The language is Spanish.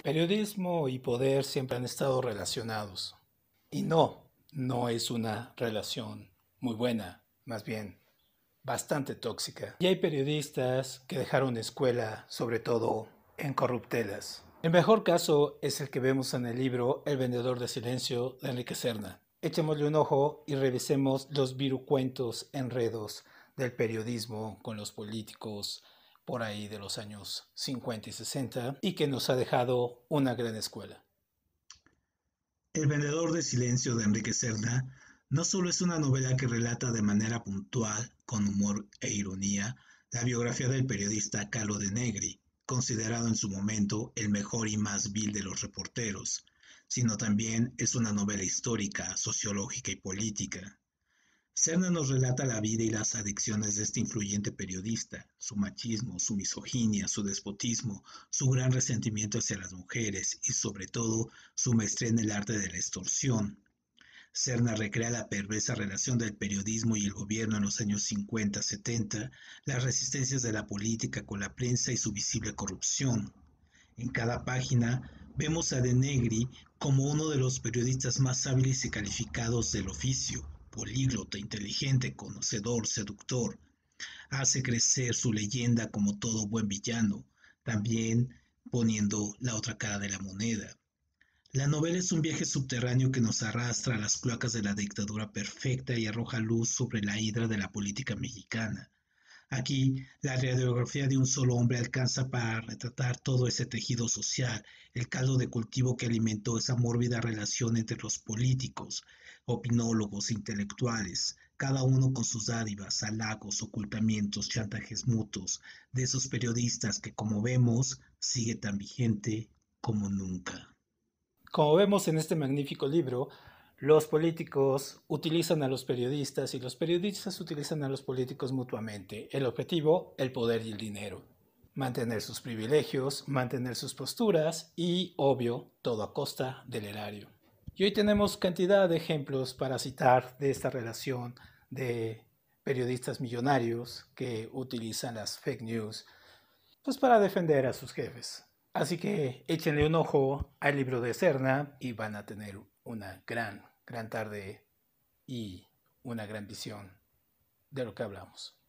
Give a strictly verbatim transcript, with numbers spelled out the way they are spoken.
Periodismo y poder siempre han estado relacionados. Y no, no es una relación muy buena, más bien bastante tóxica. Y hay periodistas que dejaron escuela, sobre todo en corruptelas. El mejor caso es el que vemos en el libro El vendedor de silencio de Enrique Serna. Echémosle un ojo y revisemos los virucuentos enredos del periodismo con los políticos por ahí de los años cincuenta y sesenta y que nos ha dejado una gran escuela. El vendedor de silencio de Enrique Serna no solo es una novela que relata de manera puntual, con humor e ironía, la biografía del periodista Carlo De Negri, considerado en su momento el mejor y más vil de los reporteros, sino también es una novela histórica, sociológica y política. Serna nos relata la vida y las adicciones de este influyente periodista, su machismo, su misoginia, su despotismo, su gran resentimiento hacia las mujeres y sobre todo su maestría en el arte de la extorsión. Serna recrea la perversa relación del periodismo y el gobierno en los años cincuenta setenta, las resistencias de la política con la prensa y su visible corrupción. En cada página vemos a De Negri como uno de los periodistas más hábiles y calificados del oficio, políglota, inteligente, conocedor, seductor. Hace crecer su leyenda como todo buen villano, también poniendo la otra cara de la moneda. La novela es un viaje subterráneo que nos arrastra a las cloacas de la dictadura perfecta y arroja luz sobre la hidra de la política mexicana. Aquí, la radiografía de un solo hombre alcanza para retratar todo ese tejido social, el caldo de cultivo que alimentó esa mórbida relación entre los políticos, opinólogos e intelectuales, cada uno con sus dádivas, halagos, ocultamientos, chantajes mutuos, de esos periodistas que, como vemos, sigue tan vigente como nunca. Como vemos en este magnífico libro, los políticos utilizan a los periodistas y los periodistas utilizan a los políticos mutuamente. El objetivo, el poder y el dinero. Mantener sus privilegios, mantener sus posturas y, obvio, todo a costa del erario. Y hoy tenemos cantidad de ejemplos para citar de esta relación de periodistas millonarios que utilizan las fake news pues para defender a sus jefes. Así que échenle un ojo al libro de Serna y van a tener una gran, gran tarde y una gran visión de lo que hablamos.